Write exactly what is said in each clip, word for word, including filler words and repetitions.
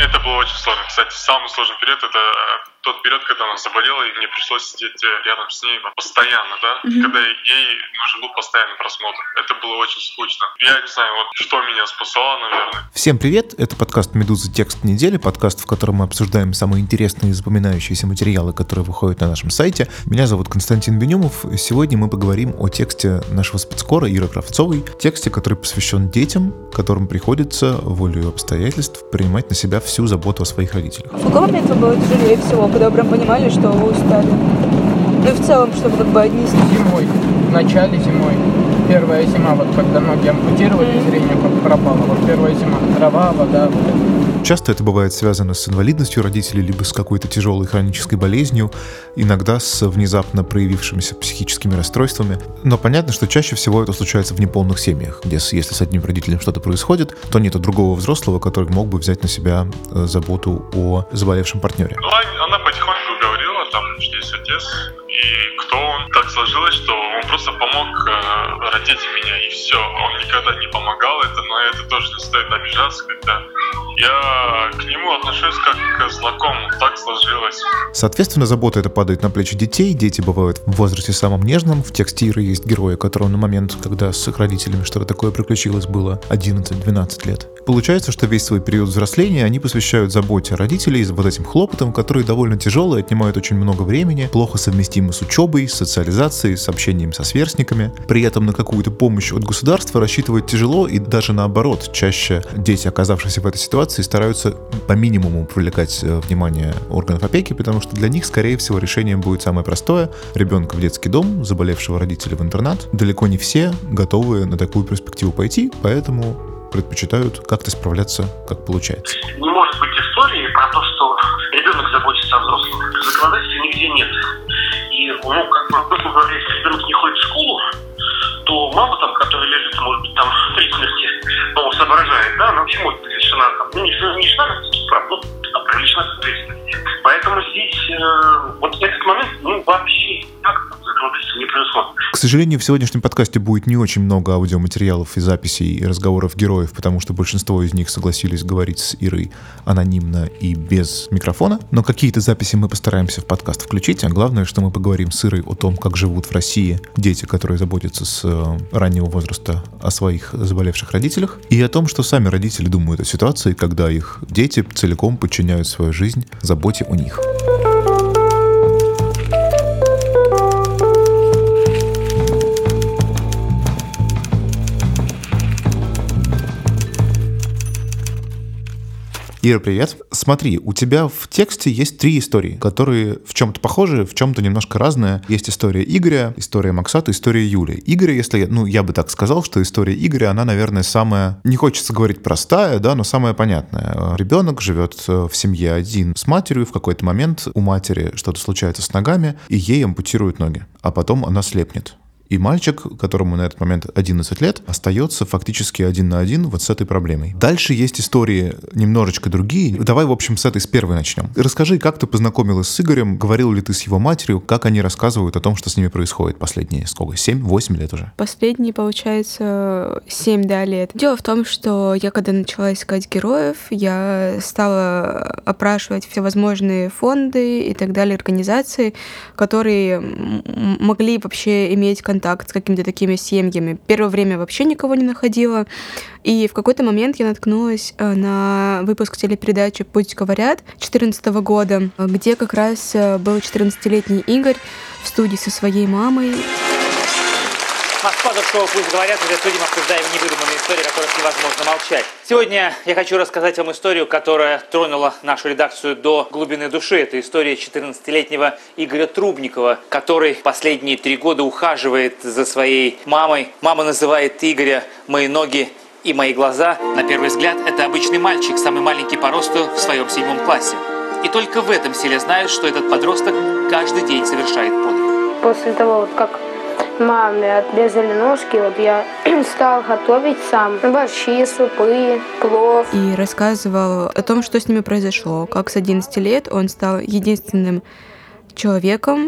Это было очень сложно. Кстати, самый сложный период — это тот период, когда она заболела, и мне пришлось сидеть рядом с ней постоянно, да, mm-hmm. когда ей нужен был постоянный просмотр. Это было очень скучно. Я не знаю, вот что меня спасало, наверное. Всем привет! Это подкаст «Медуза. Текст недели», подкаст, в котором мы обсуждаем самые интересные и запоминающиеся материалы, которые выходят на нашем сайте. Меня зовут Константин Бенюмов. Сегодня мы поговорим о тексте нашего спецкора Иры Кравцовой, тексте, который посвящен детям, которым приходится волею обстоятельств принимать на себя всю заботу о своих родителях. В какой момент вам было тяжелее всего, когда вы прям понимали, что вы устали? Ну и в целом, чтобы как бы одни... Зимой, в начале зимой. Первая зима, вот когда ноги ампутировали, зрение пропало. Вот первая зима, трава, вода, вот это. Часто это бывает связано с инвалидностью родителей, либо с какой-то тяжелой хронической болезнью, иногда с внезапно проявившимися психическими расстройствами. Но понятно, что чаще всего это случается в неполных семьях, где если с одним родителем что-то происходит, то нету другого взрослого, который мог бы взять на себя заботу о заболевшем партнере. Ну, она потихоньку говорила, там, что есть отец, и кто он. Так сложилось, что он просто помог э, родить меня, и все. Он никогда не помогал, это, но это тоже не стоит обижаться, когда я к нему отношусь как к знакомому, так сложилось. Соответственно, забота эта падает на плечи детей, дети бывают в возрасте самом нежном. В тексте Иры есть герои, которому на момент, когда с их родителями что-то такое приключилось, было одиннадцать-двенадцать лет. Получается, что весь свой период взросления они посвящают заботе родителей, вот этим хлопотам, которые довольно тяжелые, отнимают очень много времени, плохо совместимы с учебой, с социализацией, с общением со сверстниками. При этом на какую-то помощь от государства рассчитывать тяжело, и даже наоборот, чаще дети, оказавшиеся в этой ситуации, стараются по минимуму привлекать внимание органов опеки, потому что для них, скорее всего, решением будет самое простое: ребенка в детский дом, заболевшего родителя в интернат. Далеко не все готовы на такую перспективу пойти, поэтому предпочитают как-то справляться, как получается. Не может быть истории про то, что ребенок заботится о взрослом. Законодательства нигде нет. И, ну, как бы, грубо говоря, если ребенок не ходит в школу, то мама, там, которая лежит, может быть, там, при смерти, ну, соображает, да, она вообще может быть лишена, там, ну, не лишена родительских прав, ну, а привлечена к ответственности. Поэтому здесь э, вот этот момент, ну, вообще никак законодательство не предусмотрено. К сожалению, в сегодняшнем подкасте будет не очень много аудиоматериалов и записей и разговоров героев, потому что большинство из них согласились говорить с Ирой анонимно и без микрофона. Но какие-то записи мы постараемся в подкаст включить, а главное, что мы поговорим с Ирой о том, как живут в России дети, которые заботятся с раннего возраста о своих заболевших родителях, и о том, что сами родители думают о ситуации, когда их дети целиком подчиняют свою жизнь заботе о них. Ира, привет. Смотри, у тебя в тексте есть три истории, которые в чем-то похожи, в чем-то немножко разные. Есть история Игоря, история Максата, история Юли. Игоря, если я, ну, я бы так сказал, что история Игоря, она, наверное, самая, не хочется говорить простая, да, но самая понятная. Ребенок живет в семье один с матерью, в какой-то момент у матери что-то случается с ногами, и ей ампутируют ноги, а потом она слепнет. И мальчик, которому на этот момент одиннадцать лет, остается фактически один на один вот с этой проблемой. Дальше есть истории немножечко другие. Давай, в общем, с этой, с первой начнем. Расскажи, как ты познакомилась с Игорем, говорил ли ты с его матерью, как они рассказывают о том, что с ними происходит последние, сколько, семь-восемь лет уже? Последние, получается, семь, да, лет. Дело в том, что я, когда начала искать героев, я стала опрашивать всевозможные фонды и так далее, организации, которые могли вообще иметь контакт с какими-то такими семьями. Первое время вообще никого не находила. И в какой-то момент я наткнулась на выпуск телепередачи «Пусть говорят» две тысячи четырнадцатого года, где как раз был четырнадцатилетний Игорь в студии со своей мамой. Москва шоу «Пусть говорят», мы судим, обсуждаем невыдуманные истории, о которых невозможно молчать. Сегодня я хочу рассказать вам историю, которая тронула нашу редакцию до глубины души. Это история четырнадцатилетнего Игоря Трубникова, который последние три года ухаживает за своей мамой. Мама называет Игоря «мои ноги и мои глаза». На первый взгляд, это обычный мальчик, самый маленький по росту в своем седьмом классе. И только в этом селе знают, что этот подросток каждый день совершает подвиг. После того, как маме отрезали ножки, вот я стал готовить сам борщи, супы, плов. И рассказывал о том, что с ними произошло, как с одиннадцати лет он стал единственным человеком,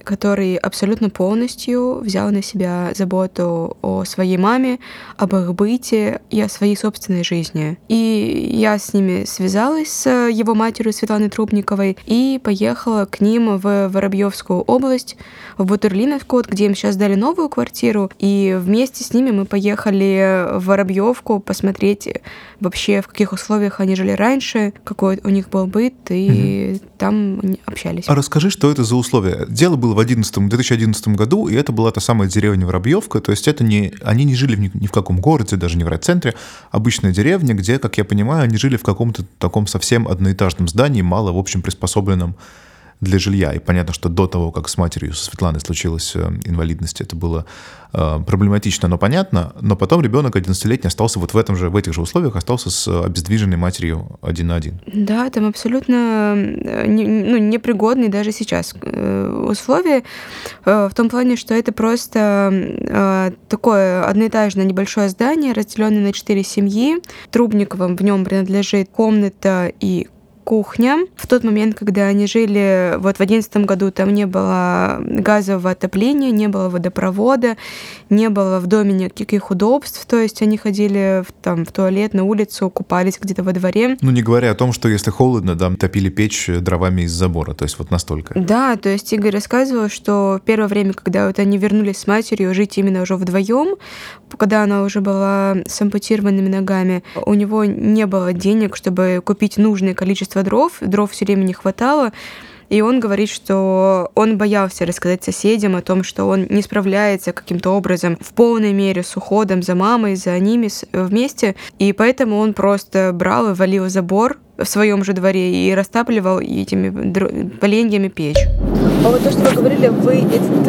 который абсолютно полностью взял на себя заботу о своей маме, об их быте и о своей собственной жизни. И я с ними связалась, с его матерью Светланой Трубниковой, и поехала к ним в Воробьевскую область, в Бутурлиновку, где им сейчас дали новую квартиру, и вместе с ними мы поехали в Воробьевку посмотреть вообще, в каких условиях они жили раньше, какой у них был быт, и угу. там общались. А расскажи, что это за условия? Дело было в две тысячи одиннадцатом году, и это была та самая деревня Воробьевка, то есть это не, они не жили ни, ни в каком городе, даже не в райцентре, обычная деревня, где, как я понимаю, они жили в каком-то таком совсем одноэтажном здании, мало, в общем, приспособленном для жилья. И понятно, что до того, как с матерью, со Светланой случилась э, инвалидность, это было э, проблематично, но понятно. Но потом ребенок одиннадцатилетний остался вот в этом же, в этих же условиях, остался с обездвиженной матерью один на один. Да, там абсолютно не, ну, непригодные даже сейчас э, условия, э, в том плане, что это просто э, такое одноэтажное небольшое здание, разделенное на четыре семьи. Трубниковым в нем принадлежит комната и кухня. В тот момент, когда они жили, вот в две тысячи одиннадцатом году, там не было газового отопления, не было водопровода, не было в доме никаких удобств, то есть они ходили в, там, в туалет, на улицу, купались где-то во дворе. Ну, не говоря о том, что если холодно, там топили печь дровами из забора, то есть вот настолько. Да, то есть Игорь рассказывал, что в первое время, когда вот они вернулись с матерью жить именно уже вдвоем, когда она уже была с ампутированными ногами, у него не было денег, чтобы купить нужное количество дров, дров все время не хватало, и он говорит, что он боялся рассказать соседям о том, что он не справляется каким-то образом в полной мере с уходом за мамой, за ними вместе, и поэтому он просто брал и валил забор в своем же дворе и растапливал этими поленьями печь. А вот то, что вы говорили, вы этот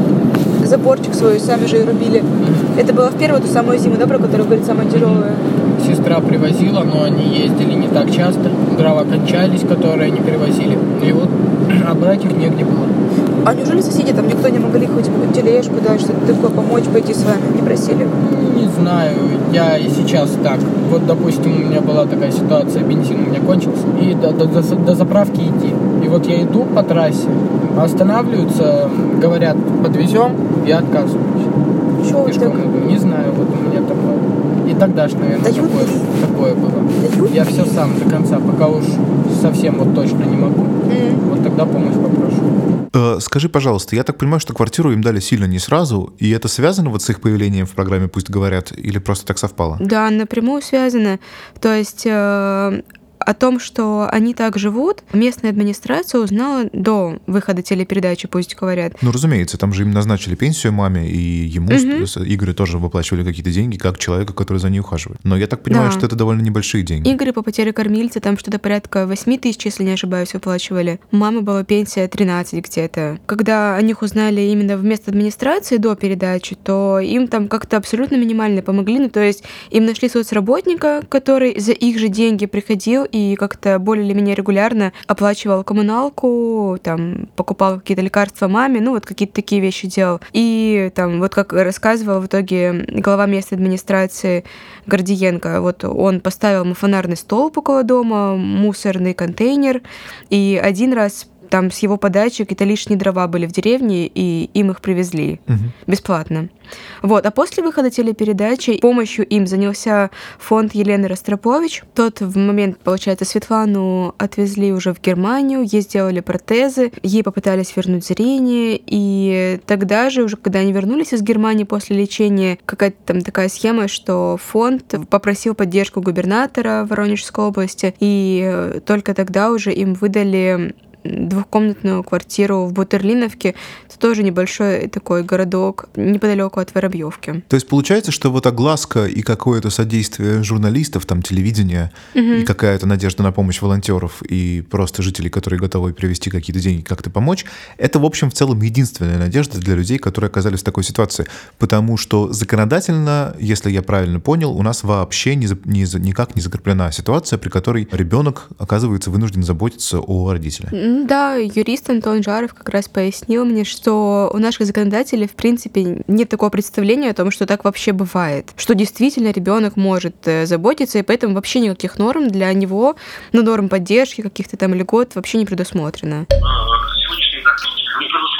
э, заборчик свой сами же и рубили, это было в первую ту самую зиму, да, про которую говорит, самая тяжелая? Сестра привозила, но они ездили не так часто. Дрова кончались, которые они привозили. И вот а брать их негде было. А неужели соседи там никто не могли хоть тележку, да, что-то такое, помочь, пойти с вами, не просили? Не знаю, я и сейчас так. Вот, допустим, у меня была такая ситуация, бензин у меня кончился, и до, до, до, до заправки идти. И вот я иду по трассе, останавливаются, говорят, подвезем, я отказываюсь. Чего Пешком так? иду, не знаю, вот у меня такое. И тогда ж, наверное, Дают такое, ли? такое было. Дают Я ли? все сам до конца, пока уж совсем вот точно не могу, Mm. вот тогда помощь попрошу. Э, скажи, пожалуйста, я так понимаю, что квартиру им дали сильно не сразу, и это связано вот с их появлением в программе «Пусть говорят», или просто так совпало? Да, напрямую связано. То есть э, о том, что они так живут, местная администрация узнала до выхода телепередачи «Пусть говорят». Ну, разумеется, там же им назначили пенсию маме, и ему, Мгм. с- Игорю тоже выплачивали какие-то деньги, как человека, который за ней ухаживает. Но я так понимаю, Да. что это довольно небольшие деньги. Игорю по потере кормильца там что-то порядка восемь тысяч, если не ошибаюсь, выплачивали. У мамы была пенсия тринадцать где-то. Когда о них узнали именно вместо администрации до передачи, то им там как-то абсолютно минимально помогли. Ну, то есть им нашли соцработника, который за их же деньги приходил и как-то более или менее регулярно оплачивал коммуналку, там, покупал какие-то лекарства маме, ну, вот какие-то такие вещи делал. И там, вот как рассказывал в итоге глава местной администрации Гордиенко, вот он поставил ему фонарный столб около дома, мусорный контейнер, и один раз там с его подачи какие-то лишние дрова были в деревне, и им их привезли Мгм. бесплатно. Вот. А после выхода телепередачи помощью им занялся фонд Елены Ростропович. Тот в момент, получается, Светлану отвезли уже в Германию, ей сделали протезы, ей попытались вернуть зрение, и тогда же, уже когда они вернулись из Германии после лечения, какая-то там такая схема, что фонд попросил поддержку губернатора Воронежской области, и только тогда уже им выдали двухкомнатную квартиру в Бутурлиновке. Это тоже небольшой такой городок неподалеку от Воробьевки. То есть получается, что вот огласка и какое-то содействие журналистов, там, телевидения, и какая-то надежда на помощь волонтеров и просто жителей, которые готовы привезти какие-то деньги, как-то помочь, это, в общем, в целом единственная надежда для людей, которые оказались в такой ситуации. Потому что законодательно, если я правильно понял, у нас вообще не, за- не за- никак не закреплена ситуация, при которой ребенок оказывается вынужден заботиться о родителе. М, Да, юрист Антон Жаров как раз пояснил мне, что у наших законодателей, в принципе, нет такого представления о том, что так вообще бывает, что действительно ребенок может э, заботиться, и поэтому вообще никаких норм для него, ну, норм поддержки, каких-то там льгот вообще не предусмотрено. Сегодняшний закон не предусмотрено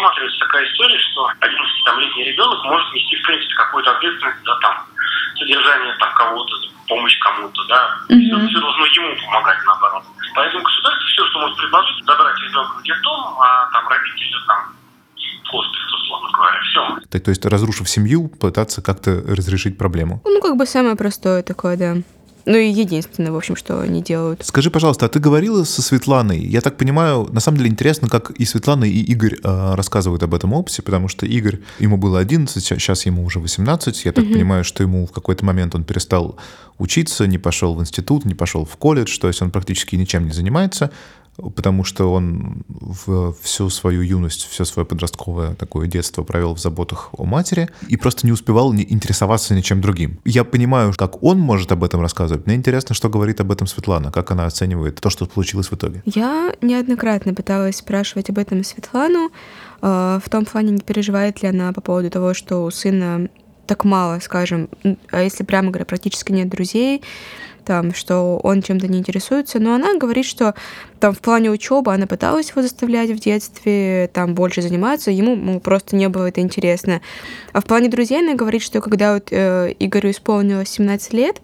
рассматривается такая история, что одиннадцатилетний ребенок может нести, в принципе, какую-то ответственность за там содержание там кого-то, помощь кому-то, да. Mm-hmm. Все, все должно ему помогать, наоборот. Поэтому государство все, что может предложить, забрать ребенка в детдом, а там родители там в хоспис, условно говоря, все. Так, то есть, разрушив семью, пытаться как-то разрешить проблему. Ну, как бы самое простое такое, да. Ну и единственное, в общем, что они делают. Скажи, пожалуйста, а ты говорила со Светланой? Я так понимаю, на самом деле интересно, как и Светлана, и Игорь э, рассказывают об этом опыте, потому что Игорь, ему было одиннадцать, сейчас ему уже восемнадцать. Я так угу. понимаю, что ему в какой-то момент он перестал учиться, не пошел в институт, не пошел в колледж, то есть он практически ничем не занимается, потому что он в всю свою юность, все свое подростковое такое детство провел в заботах о матери и просто не успевал не интересоваться ничем другим. Я понимаю, как он может об этом рассказывать. Мне интересно, что говорит об этом Светлана, как она оценивает то, что получилось в итоге. Я неоднократно пыталась спрашивать об этом Светлану, в том плане, не переживает ли она по поводу того, что у сына так мало, скажем, а если прямо говоря, практически нет друзей, там, что он чем-то не интересуется, но она говорит, что там в плане учебы она пыталась его заставлять в детстве там больше заниматься, ему ну, просто не было это интересно. А в плане друзей она говорит, что когда вот, э, Игорю исполнилось семнадцать лет,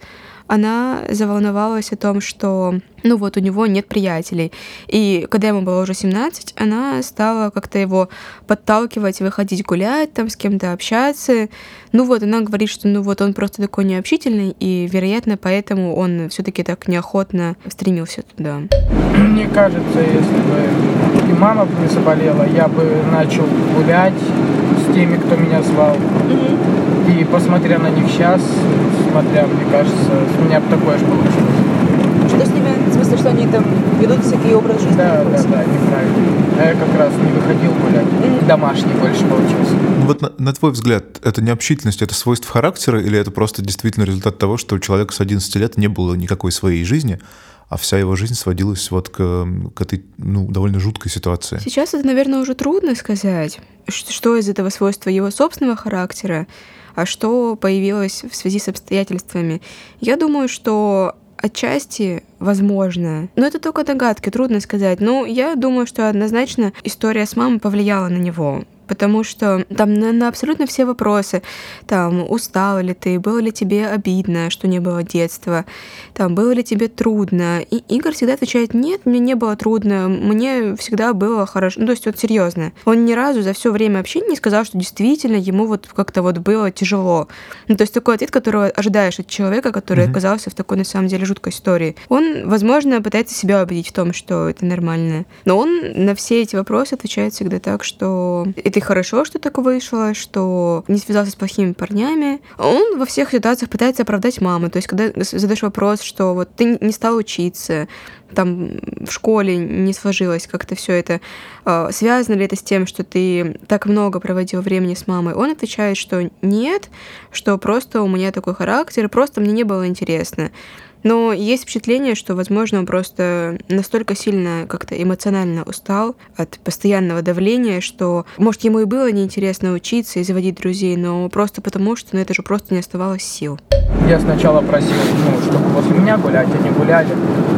она заволновалась о том, что ну вот у него нет приятелей. И когда ему было уже семнадцать, она стала как-то его подталкивать, выходить гулять, там с кем-то общаться. Ну вот она говорит, что ну вот он просто такой необщительный, и, вероятно, поэтому он все-таки так неохотно стремился туда. Мне кажется, если бы и мама бы не заболела, я бы начал гулять с теми, кто меня звал. Mm-hmm. И посмотря на них сейчас, смотря, мне кажется, у меня бы такое же получилось. Что с ними, в смысле, что они там ведут всякие образы жизни? Да, да, да, неправильно. А я как раз не выходил гулять, mm-hmm. домашний больше получился. Вот на, на твой взгляд, это необщительность, это свойство характера, или это просто действительно результат того, что у человека с одиннадцати лет не было никакой своей жизни, а вся его жизнь сводилась вот к, к этой, ну, довольно жуткой ситуации? Сейчас это, наверное, уже трудно сказать, что из этого свойства его собственного характера, а что появилось в связи с обстоятельствами. Я думаю, что отчасти возможно, но это только догадки, трудно сказать. Но я думаю, что однозначно история с мамой повлияла на него. Потому что там на, на абсолютно все вопросы, там, устала ли ты, было ли тебе обидно, что не было детства, там, было ли тебе трудно. И Игорь всегда отвечает: нет, мне не было трудно, мне всегда было хорошо. Ну, то есть вот серьезно. Он ни разу за все время общения не сказал, что действительно ему вот как-то вот было тяжело. Ну, то есть такой ответ, которого ожидаешь от человека, который mm-hmm. оказался в такой, на самом деле, жуткой истории. Он, возможно, пытается себя убедить в том, что это нормально. Но он на все эти вопросы отвечает всегда так, что это хорошо, что так вышло, что не связался с плохими парнями. Он во всех ситуациях пытается оправдать маму. То есть, когда задаешь вопрос, что вот ты не стал учиться, там в школе не сложилось как-то все это, связано ли это с тем, что ты так много проводил времени с мамой, он отвечает, что нет, что просто у меня такой характер, и просто мне не было интересно. Но есть впечатление, что, возможно, он просто настолько сильно как-то эмоционально устал от постоянного давления, что, может, ему и было неинтересно учиться и заводить друзей, но просто потому, что на это же просто не оставалось сил. Я сначала просил, ну, чтобы возле меня гулять, они гуляли.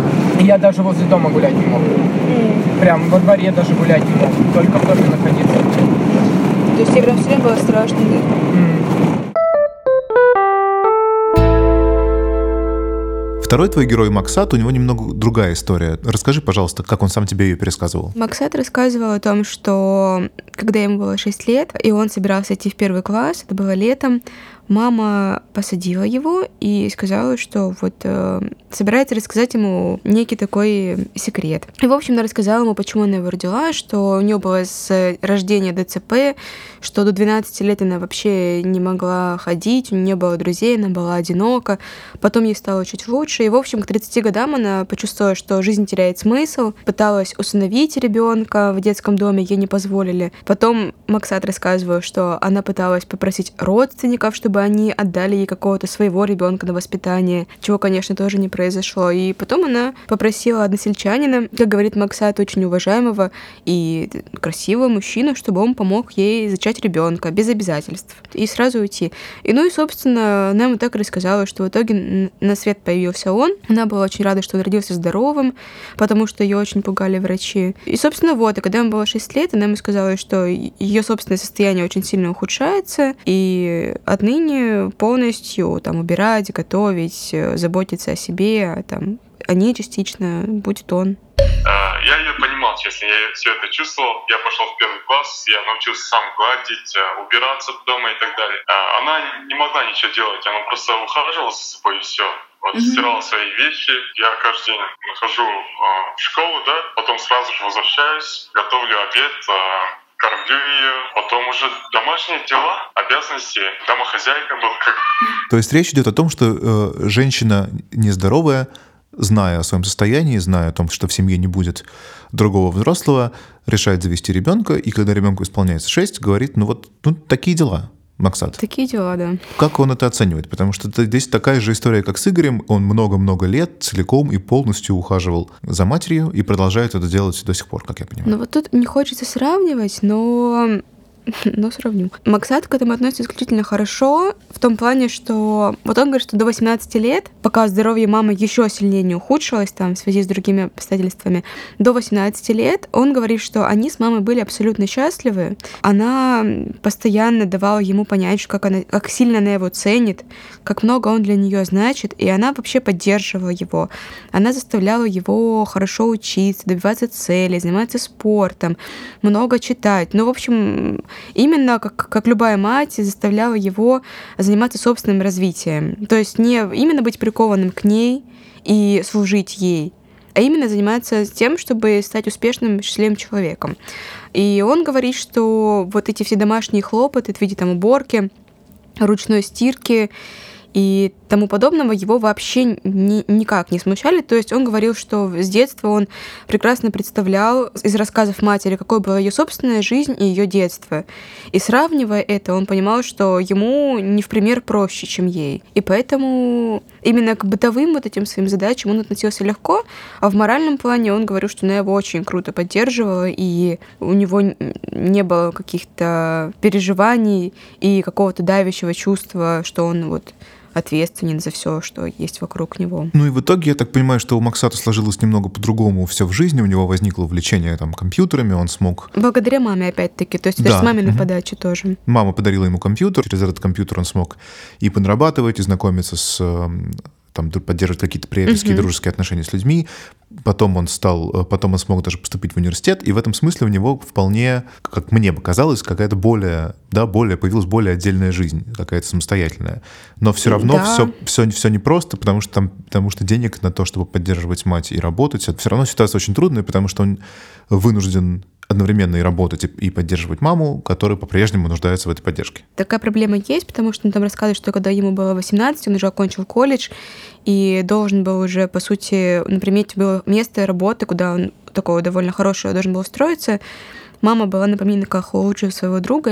И я даже возле дома гулять не мог. Прям во дворе даже гулять не мог, только в доме находиться. То есть тебе прям все время было страшно, да? Mm. Второй твой герой Максат, у него немного другая история. Расскажи, пожалуйста, как он сам тебе ее пересказывал. Максат рассказывал о том, что когда ему было шесть лет, и он собирался идти в первый класс, это было летом, мама посадила его и сказала, что вот э, собирается рассказать ему некий такой секрет. И, в общем, она рассказала ему, почему она его родила, что у нее было с рождения ДЦП, что до двенадцати лет она вообще не могла ходить, у нее не было друзей, она была одинока. Потом ей стало чуть лучше. И, в общем, к тридцати годам она почувствовала, что жизнь теряет смысл, пыталась усыновить ребенка в детском доме, ей не позволили. Потом Максат рассказывал, что она пыталась попросить родственников, чтобы чтобы они отдали ей какого-то своего ребенка на воспитание, чего, конечно, тоже не произошло. И потом она попросила односельчанина, как говорит Максат, очень уважаемого и красивого мужчину, чтобы он помог ей зачать ребенка без обязательств и сразу уйти. И ну и, собственно, она ему так рассказала, что в итоге на свет появился он. Она была очень рада, что он родился здоровым, потому что ее очень пугали врачи. И, собственно, вот, и когда ему было шесть лет, она ему сказала, что ее собственное состояние очень сильно ухудшается, и отныне полностью там убирать, готовить, заботиться о себе, там, о ней частично будет он. Я ее понимал, честно, я все это чувствовал. Я пошел в первый класс, я научился сам гладить, убираться дома и так далее. Она не могла ничего делать, она просто ухаживала за собой и все. Вот, mm-hmm. стирала свои вещи. Я каждый день хожу в школу, да, потом сразу же возвращаюсь, готовлю обед, кормлю ее, потом уже домашние дела, обязанности, домохозяйка был как... То есть речь идет о том, что э, женщина нездоровая, зная о своем состоянии, зная о том, что в семье не будет другого взрослого, решает завести ребенка, и когда ребенку исполняется шесть, говорит, ну вот, ну такие дела, Максат. Такие дела, да. Как он это оценивает? Потому что здесь такая же история, как с Игорем. Он много-много лет целиком и полностью ухаживал за матерью и продолжает это делать до сих пор, как я понимаю. Ну вот тут не хочется сравнивать, но... но сравню. Максат к этому относится исключительно хорошо, в том плане, что вот он говорит, что до восемнадцати лет, пока здоровье мамы еще сильнее не ухудшилось там в связи с другими обстоятельствами, до восемнадцати лет он говорит, что они с мамой были абсолютно счастливы. Она постоянно давала ему понять, как, она, как сильно она его ценит, как много он для нее значит, и она вообще поддерживала его. Она заставляла его хорошо учиться, добиваться целей, заниматься спортом, много читать. Ну, в общем, именно как, как любая мать заставляла его заниматься собственным развитием. То есть не именно быть прикованным к ней и служить ей, а именно заниматься тем, чтобы стать успешным, счастливым человеком. И он говорит, что вот эти все домашние хлопоты в виде там уборки, ручной стирки и тому подобного его вообще ни, никак не смущали. То есть он говорил, что с детства он прекрасно представлял из рассказов матери, какой была ее собственная жизнь и ее детство. И сравнивая это, он понимал, что ему не в пример проще, чем ей. И поэтому именно к бытовым вот этим своим задачам он относился легко, а в моральном плане он говорил, что она его очень круто поддерживала, и у него не было каких-то переживаний и какого-то давящего чувства, что он вот ответственен за все, что есть вокруг него. Ну и в итоге, я так понимаю, что у Максата сложилось немного по-другому все в жизни, у него возникло увлечение там компьютерами, он смог... Благодаря маме, опять-таки, то есть это да. с маминой угу. подачи тоже. Мама подарила ему компьютер, через этот компьютер он смог и подрабатывать, и знакомиться с... там, поддерживать какие-то приятельские, uh-huh. дружеские отношения с людьми. Потом он стал, потом он смог даже поступить в университет, и в этом смысле у него вполне, как мне показалось, какая-то более, да, более, появилась более отдельная жизнь, какая-то самостоятельная. Но все равно да. все, все, все непросто, потому что, там, потому что денег на то, чтобы поддерживать мать и работать, все равно ситуация очень трудная, потому что он вынужден одновременно и работать, и поддерживать маму, которая по-прежнему нуждается в этой поддержке. Такая проблема есть, потому что он там рассказывает, что когда ему было восемнадцать, он уже окончил колледж и должен был уже, по сути, на примете было место работы, куда он такого довольно хорошего должен был устроиться. Мама была на поминках у лучшего своего друга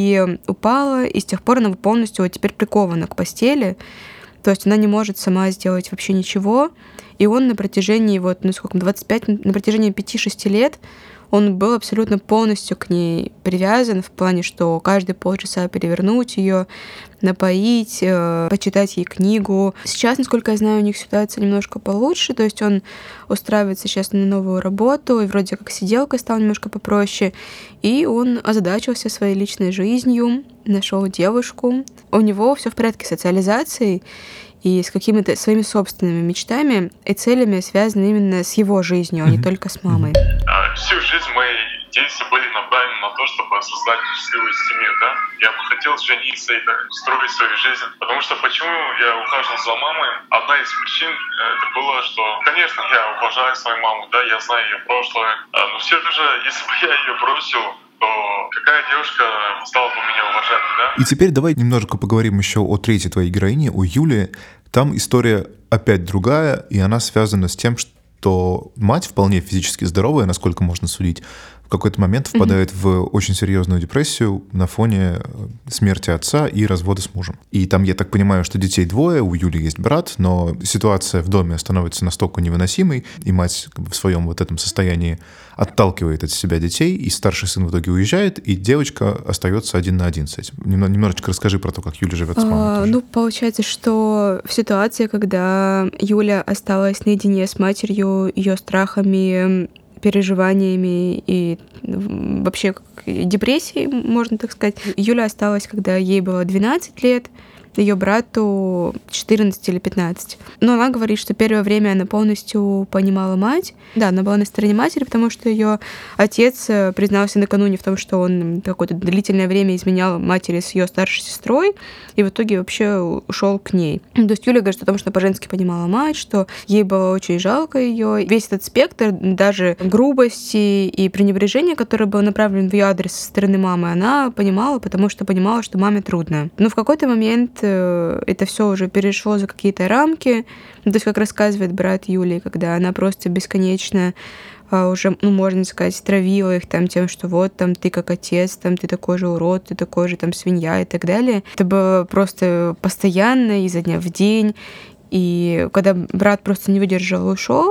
и упала, и с тех пор она полностью вот теперь прикована к постели. То есть она не может сама сделать вообще ничего. И он на протяжении, вот, ну сколько, двадцать пять, на протяжении пяти-шести лет он был абсолютно полностью к ней привязан в плане, что каждые полчаса перевернуть ее, напоить, э, почитать ей книгу. Сейчас, насколько я знаю, у них ситуация немножко получше, то есть он устраивается сейчас на новую работу, и вроде как сиделка стала немножко попроще, и он озадачился своей личной жизнью, нашел девушку. У него все в порядке с социализацией, и с какими-то своими собственными мечтами и целями, связанными именно с его жизнью, а не только с мамой. Всю жизнь мои действия были направлены на то, чтобы создать счастливую семью, да? Я бы хотел жениться и строить свою жизнь. Потому что почему я ухаживал за мамой? Одна из причин это было, что, конечно, я уважаю свою маму, да, я знаю ее прошлое, но все же, если бы я ее бросил, то какая девушка стала бы меня уважать, да? И теперь давай немножко поговорим еще о третьей твоей героине, о Юле. Там история опять другая, и она связана с тем, что мать вполне физически здоровая, насколько можно судить, в какой-то момент впадает mm-hmm. в очень серьезную депрессию на фоне смерти отца и развода с мужем. И там, я так понимаю, что детей двое, у Юли есть брат, но ситуация в доме становится настолько невыносимой, и мать как бы в своем вот этом состоянии отталкивает от себя детей, и старший сын в итоге уезжает, и девочка остается один на один с этим. Немножечко расскажи про то, как Юля живет с мамой. А, ну, получается, что в ситуации, когда Юля осталась наедине с матерью, ее страхами, переживаниями и вообще депрессией, можно так сказать, Юля осталась, когда ей было двенадцать лет, ее брату четырнадцать или пятнадцать. Но она говорит, что первое время она полностью понимала мать. Да, она была на стороне матери, потому что ее отец признался накануне в том, что он какое-то длительное время изменял матери с ее старшей сестрой, и в итоге вообще ушел к ней. То есть Юля говорит о том, что по-женски понимала мать, что ей было очень жалко ее. Весь этот спектр, даже грубости и пренебрежения, которое было направлено в ее адрес со стороны мамы, она понимала, потому что понимала, что маме трудно. Но в какой-то момент это все уже перешло за какие-то рамки. То есть, как рассказывает брат Юли, когда она просто бесконечно уже, ну, можно сказать, травила их там тем, что вот там ты как отец, там ты такой же урод, ты такой же там свинья и так далее. Это было просто постоянно, изо дня в день. И когда брат просто не выдержал и ушел,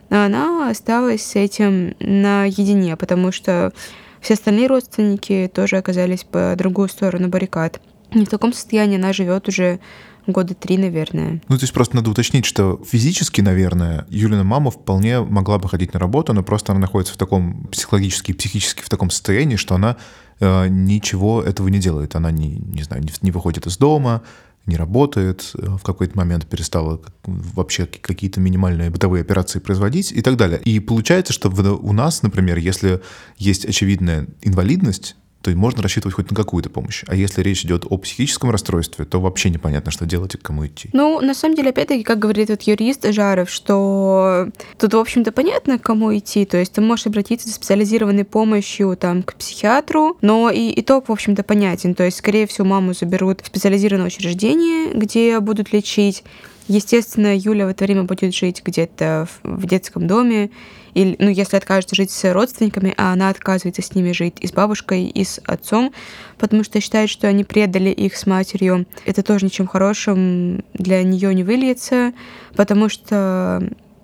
она осталась с этим наедине, потому что все остальные родственники тоже оказались по другую сторону баррикад. И в таком состоянии она живет уже года три, наверное. Ну, то есть просто надо уточнить, что физически, наверное, Юлина мама вполне могла бы ходить на работу, но просто она находится в таком психологически и психически в таком состоянии, что она э, ничего этого не делает. Она, не, не знаю, не, не выходит из дома, не работает, в какой-то момент перестала вообще какие-то минимальные бытовые операции производить и так далее. И получается, что у нас, например, если есть очевидная инвалидность, то можно рассчитывать хоть на какую-то помощь. А если речь идет о психическом расстройстве, то вообще непонятно, что делать и к кому идти. Ну, на самом деле, опять-таки, как говорит вот юрист Жаров, что тут, в общем-то, понятно, к кому идти. То есть ты можешь обратиться за специализированной помощью там, к психиатру, но и итог, в общем-то, понятен. То есть, скорее всего, маму заберут в специализированное учреждение, где будут лечить. Естественно, Юля в это время будет жить где-то в детском доме, или, ну, если откажется жить с родственниками, а она отказывается с ними жить, и с бабушкой, и с отцом, потому что считает, что они предали их с матерью. Это тоже ничем хорошим для нее не выльется, потому что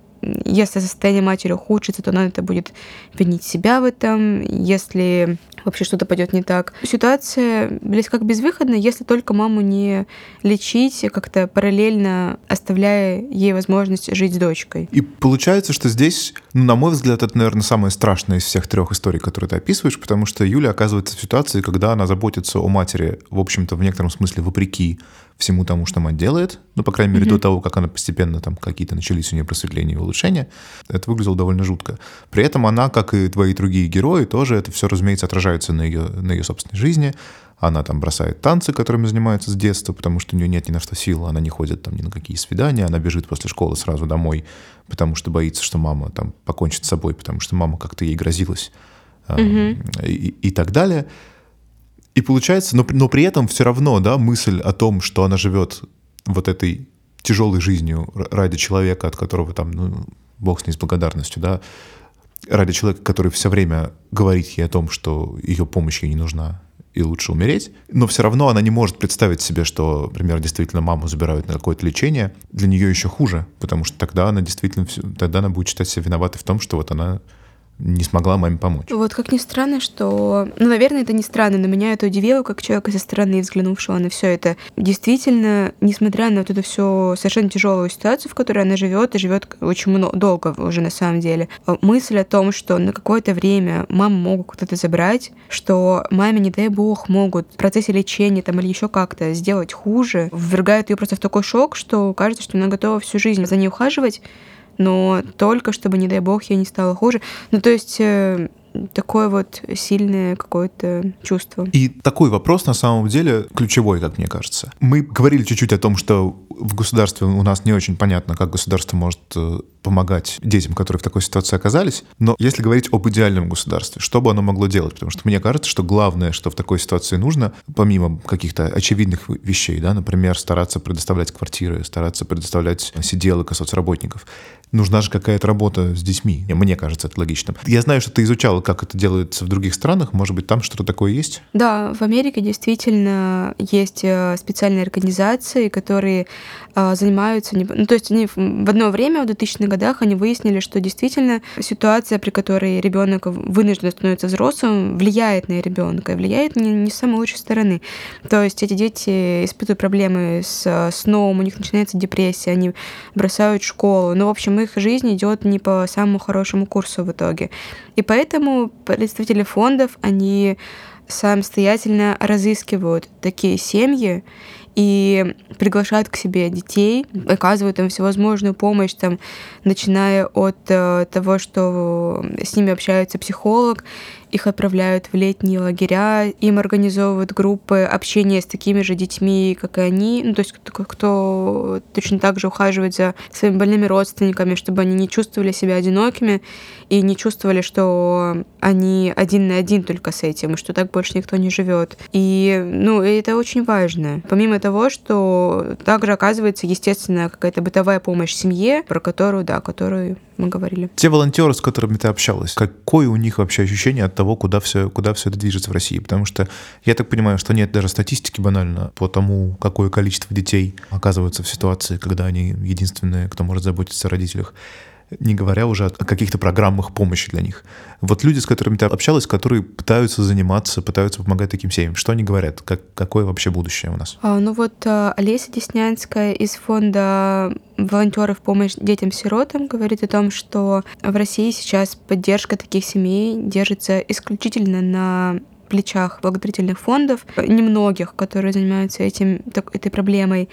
если состояние матери ухудшится, то она это будет винить себя в этом, если вообще что-то пойдет не так. Ситуация близка к безвыходной, если только маму не лечить, как-то параллельно оставляя ей возможность жить с дочкой. И получается, что здесь, ну, на мой взгляд, это, наверное, самое страшное из всех трех историй, которые ты описываешь, потому что Юля оказывается в ситуации, когда она заботится о матери, в общем-то, в некотором смысле вопреки всему тому, что мать делает, ну, по крайней мере, mm-hmm. до того, как она постепенно, там, какие-то начались у нее просветления и улучшения, это выглядело довольно жутко. При этом она, как и твои другие герои, тоже это все, разумеется, отражается на ее, на ее собственной жизни. Она там бросает танцы, которыми занимается с детства, потому что у нее нет ни на что сил, она не ходит там ни на какие свидания, она бежит после школы сразу домой, потому что боится, что мама там покончит с собой, потому что мама как-то ей грозилась, mm-hmm. и, и так далее. И получается, но, но при этом все равно, да, мысль о том, что она живет вот этой тяжелой жизнью ради человека, от которого там, ну, бог с ней с благодарностью, да, ради человека, который все время говорит ей о том, что ее помощь ей не нужна и лучше умереть, но все равно она не может представить себе, что, например, действительно маму забирают на какое-то лечение, для нее еще хуже, потому что тогда она действительно, тогда она будет считать себя виноватой в том, что вот она не смогла маме помочь. Вот как ни странно, что... Ну, наверное, это не странно, но меня это удивило, как человека со стороны, взглянувшего на все это. Действительно, несмотря на вот эту всю совершенно тяжелую ситуацию, в которой она живет, и живет очень много, долго уже на самом деле, мысль о том, что на какое-то время маму могут кто-то забрать, что маме, не дай бог, могут в процессе лечения там, или еще как-то сделать хуже, ввергает ее просто в такой шок, что кажется, что она готова всю жизнь за ней ухаживать, но только чтобы, не дай бог, ей не стало хуже. Ну, то есть э, такое вот сильное какое-то чувство. И такой вопрос, на самом деле, ключевой, как мне кажется. Мы говорили чуть-чуть о том, что в государстве у нас не очень понятно, как государство может помогать детям, которые в такой ситуации оказались. Но если говорить об идеальном государстве, что бы оно могло делать? Потому что мне кажется, что главное, что в такой ситуации нужно, помимо каких-то очевидных вещей, да, например, стараться предоставлять квартиры, стараться предоставлять сиделок и соцработников, нужна же какая-то работа с детьми. Мне кажется, это логичным. Я знаю, что ты изучала, как это делается в других странах. Может быть, там что-то такое есть? Да, в Америке действительно есть специальные организации, которые занимаются... Ну, то есть они в одно время, в двухтысячных годах, они выяснили, что действительно ситуация, при которой ребенок вынужден становиться взрослым, влияет на ребенка, и влияет не, не с самой лучшей стороны. То есть эти дети испытывают проблемы с сном, у них начинается депрессия, они бросают школу. Ну, в общем, их жизнь идет не по самому хорошему курсу в итоге. И поэтому представители фондов, они самостоятельно разыскивают такие семьи и приглашают к себе детей, оказывают им всевозможную помощь, там, начиная от э, того, что с ними общается психолог, их отправляют в летние лагеря, им организовывают группы общения с такими же детьми, как и они, ну, то есть кто, кто точно так же ухаживает за своими больными родственниками, чтобы они не чувствовали себя одинокими и не чувствовали, что они один на один только с этим, и что так больше никто не живет. И, ну, это очень важно. Помимо того, что также оказывается, естественно, какая-то бытовая помощь семье, про которую, да, которую мы говорили. Те волонтеры, с которыми ты общалась, какое у них вообще ощущение от того, куда все, куда все это движется в России? Потому что я так понимаю, что нет даже статистики банально по тому, какое количество детей оказываются в ситуации, когда они единственные, кто может заботиться о родителях, не говоря уже о каких-то программах помощи для них. Вот люди, с которыми ты общалась, которые пытаются заниматься, пытаются помогать таким семьям, что они говорят? Как, какое вообще будущее у нас? А, ну вот а, Олеся Деснянская из фонда волонтеров помощь детям-сиротам говорит о том, что в России сейчас поддержка таких семей держится исключительно на плечах благотворительных фондов, немногих, которые занимаются этим, так, этой проблемой,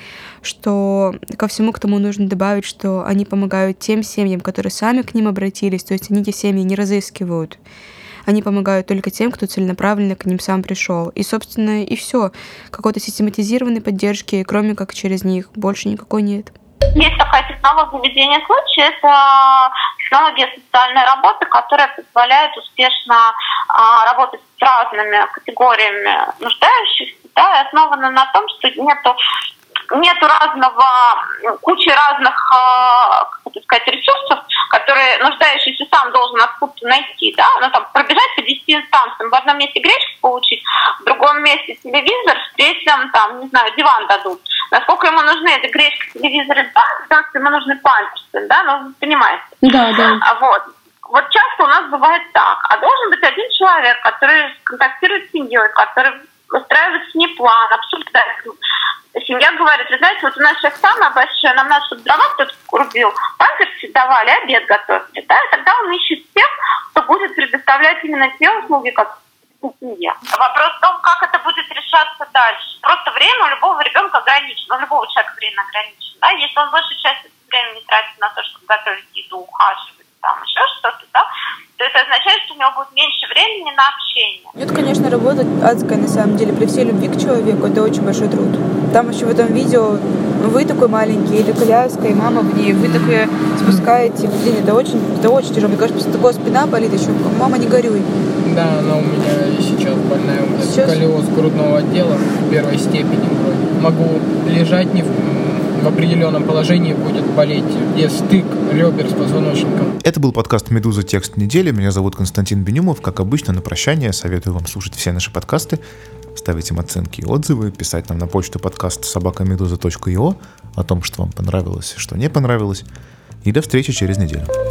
что ко всему к тому нужно добавить, что они помогают тем семьям, которые сами к ним обратились, то есть они эти семьи не разыскивают. Они помогают только тем, кто целенаправленно к ним сам пришел. И, собственно, и все. Какой-то систематизированной поддержки, кроме как через них, больше никакой нет. Есть такая технология ведения случая, это технология социальной работы, которая позволяет успешно а, работать с разными категориями нуждающихся, да, и основана на том, что нету, нету разного, кучи разных, как это сказать, ресурсов, которые нуждающийся сам должен откуда-то найти, да, ну там пробежать по десяти инстанциям, в одном месте гречку получить, в другом месте телевизор, в третьем, там, не знаю, диван дадут. Насколько ему нужны эта гречка, телевизор и диван, ему нужны памперсы, да, ну, вы понимаете. Да, да. А вот. Вот часто у нас бывает так. А должен быть один человек, который контактирует с семьей, который выстраивает с ней план, обсуждает. Семья говорит, вы знаете, вот у нас сейчас самое большое, нам надо, чтобы дрова кто-то рубил, памперсы давали, обед готовили, да, и тогда он ищет тех, кто будет предоставлять именно те услуги, как семья. Вопрос в том, как это будет решаться дальше. Просто время у любого ребенка ограничено, у любого человека время ограничено, да, если он большую часть времени тратит на то, чтобы готовить еду, ухаживать, там еще что-то, да, то это означает, что у него будет меньше времени на общение. Это, конечно, работа адская на самом деле. При всей любви к человеку это очень большой труд. Там еще в этом видео вы такой маленький, или коляска, и мама в ней, вы такие спускаете. Блин, это очень, это очень тяжело. Мне кажется, после такого спина болит еще. Мама, не горюй. Да, она у меня сейчас больная. У меня Сейчас? сколиоз грудного отдела в первой степени вроде. Могу лежать не в... в определенном положении будет болеть, где стык ребер с позвоночником. Это был подкаст «Медуза. Текст недели». Меня зовут Константин Бенюмов. Как обычно, на прощание советую вам слушать все наши подкасты, ставить им оценки и отзывы, писать нам на почту подкаст собака медуза точка io о том, что вам понравилось и что не понравилось. И до встречи через неделю.